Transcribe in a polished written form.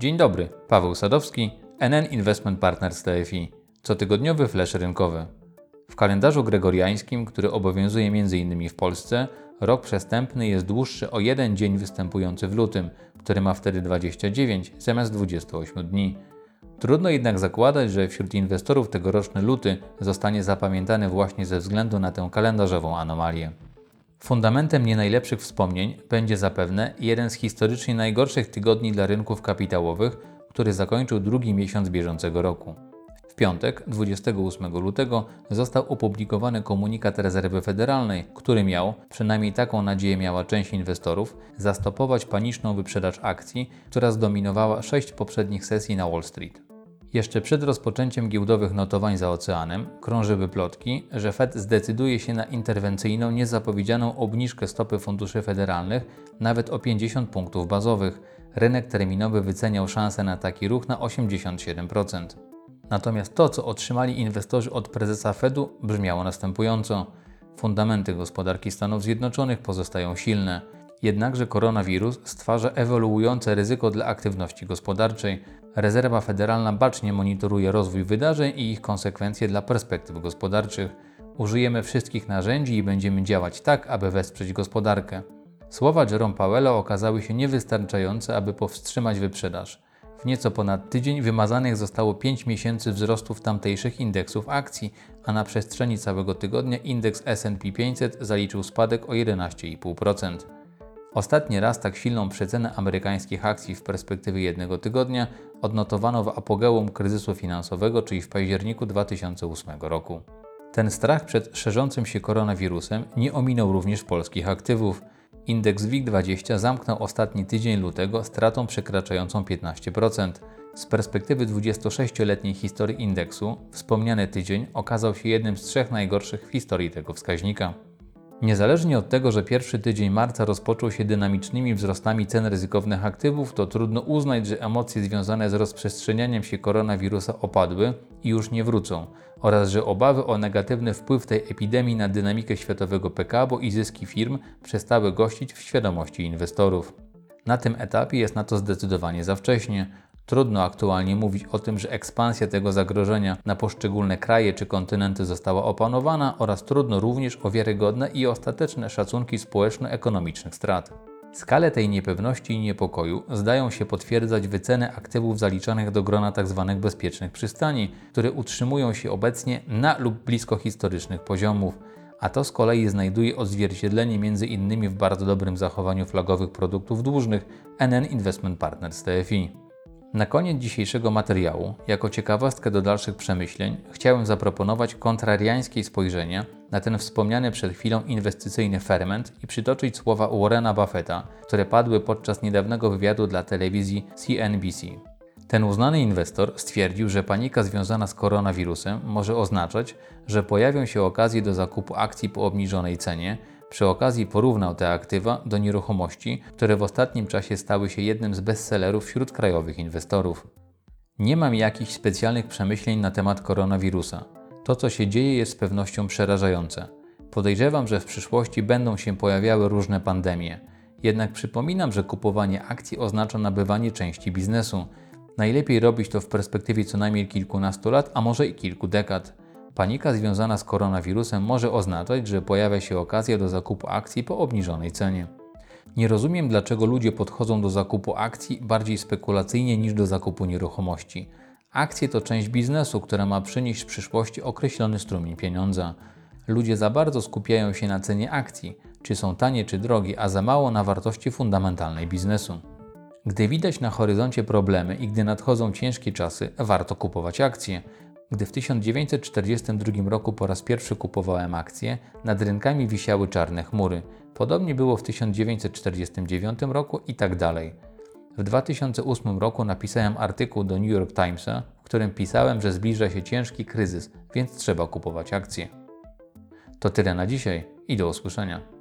Dzień dobry, Paweł Sadowski, NN Investment Partners TFI. Cotygodniowy flash rynkowy. W kalendarzu gregoriańskim, który obowiązuje m.in. w Polsce, rok przestępny jest dłuższy o jeden dzień występujący w lutym, który ma wtedy 29 zamiast 28 dni. Trudno jednak zakładać, że wśród inwestorów tegoroczny luty zostanie zapamiętany właśnie ze względu na tę kalendarzową anomalię. Fundamentem nie najlepszych wspomnień będzie zapewne jeden z historycznie najgorszych tygodni dla rynków kapitałowych, który zakończył drugi miesiąc bieżącego roku. W piątek, 28 lutego, został opublikowany komunikat Rezerwy Federalnej, który miał, przynajmniej taką nadzieję miała część inwestorów, zastopować paniczną wyprzedaż akcji, która zdominowała 6 poprzednich sesji na Wall Street. Jeszcze przed rozpoczęciem giełdowych notowań za oceanem krążyły plotki, że Fed zdecyduje się na interwencyjną, niezapowiedzianą obniżkę stopy funduszy federalnych nawet o 50 punktów bazowych. Rynek terminowy wyceniał szansę na taki ruch na 87%. Natomiast to, co otrzymali inwestorzy od prezesa Fedu, brzmiało następująco. Fundamenty gospodarki Stanów Zjednoczonych pozostają silne. Jednakże koronawirus stwarza ewoluujące ryzyko dla aktywności gospodarczej. Rezerwa Federalna bacznie monitoruje rozwój wydarzeń i ich konsekwencje dla perspektyw gospodarczych. Użyjemy wszystkich narzędzi i będziemy działać tak, aby wesprzeć gospodarkę. Słowa Jerome Powella okazały się niewystarczające, aby powstrzymać wyprzedaż. W nieco ponad tydzień wymazanych zostało 5 miesięcy wzrostów tamtejszych indeksów akcji, a na przestrzeni całego tygodnia indeks S&P 500 zaliczył spadek o 11,5%. Ostatni raz tak silną przecenę amerykańskich akcji w perspektywie jednego tygodnia odnotowano w apogeum kryzysu finansowego, czyli w październiku 2008 roku. Ten strach przed szerzącym się koronawirusem nie ominął również polskich aktywów. Indeks WIG20 zamknął ostatni tydzień lutego stratą przekraczającą 15%. Z perspektywy 26-letniej historii indeksu wspomniany tydzień okazał się jednym z 3 najgorszych w historii tego wskaźnika. Niezależnie od tego, że pierwszy tydzień marca rozpoczął się dynamicznymi wzrostami cen ryzykownych aktywów, to trudno uznać, że emocje związane z rozprzestrzenianiem się koronawirusa opadły i już nie wrócą, oraz że obawy o negatywny wpływ tej epidemii na dynamikę światowego PKB i zyski firm przestały gościć w świadomości inwestorów. Na tym etapie jest na to zdecydowanie za wcześnie. Trudno aktualnie mówić o tym, że ekspansja tego zagrożenia na poszczególne kraje czy kontynenty została opanowana oraz trudno również o wiarygodne i ostateczne szacunki społeczno-ekonomicznych strat. Skalę tej niepewności i niepokoju zdają się potwierdzać wyceny aktywów zaliczanych do grona tzw. bezpiecznych przystani, które utrzymują się obecnie na lub blisko historycznych poziomów, a to z kolei znajduje odzwierciedlenie m.in. w bardzo dobrym zachowaniu flagowych produktów dłużnych NN Investment Partners TFI. Na koniec dzisiejszego materiału, jako ciekawostkę do dalszych przemyśleń, chciałem zaproponować kontrariańskie spojrzenie na ten wspomniany przed chwilą inwestycyjny ferment i przytoczyć słowa Warrena Buffetta, które padły podczas niedawnego wywiadu dla telewizji CNBC. Ten uznany inwestor stwierdził, że panika związana z koronawirusem może oznaczać, że pojawią się okazje do zakupu akcji po obniżonej cenie. Przy okazji porównał te aktywa do nieruchomości, które w ostatnim czasie stały się jednym z bestsellerów wśród krajowych inwestorów. Nie mam jakichś specjalnych przemyśleń na temat koronawirusa. To, co się dzieje, jest z pewnością przerażające. Podejrzewam, że w przyszłości będą się pojawiały różne pandemie. Jednak przypominam, że kupowanie akcji oznacza nabywanie części biznesu. Najlepiej robić to w perspektywie co najmniej kilkunastu lat, a może i kilku dekad. Panika związana z koronawirusem może oznaczać, że pojawia się okazja do zakupu akcji po obniżonej cenie. Nie rozumiem, dlaczego ludzie podchodzą do zakupu akcji bardziej spekulacyjnie niż do zakupu nieruchomości. Akcje to część biznesu, która ma przynieść w przyszłości określony strumień pieniądza. Ludzie za bardzo skupiają się na cenie akcji, czy są tanie czy drogie, a za mało na wartości fundamentalnej biznesu. Gdy widać na horyzoncie problemy i gdy nadchodzą ciężkie czasy, warto kupować akcje. Gdy w 1942 roku po raz pierwszy kupowałem akcje, nad rynkami wisiały czarne chmury. Podobnie było w 1949 roku i tak dalej. W 2008 roku napisałem artykuł do New York Timesa, w którym pisałem, że zbliża się ciężki kryzys, więc trzeba kupować akcje. To tyle na dzisiaj i do usłyszenia.